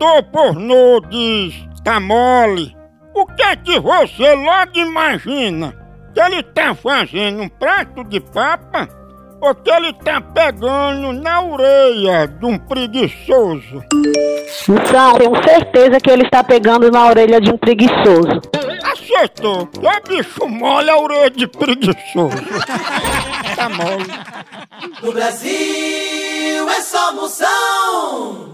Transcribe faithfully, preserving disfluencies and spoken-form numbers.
ator pornô diz tá mole, o que é que você logo imagina? Que ele tá fazendo um prato de papa ou que ele tá pegando na orelha de um preguiçoso? Então, tenho certeza que ele está pegando na orelha de um preguiçoso. Acertou! Que bicho mole a orelha de preguiçoso. Tá mole. No Brasil é só moção.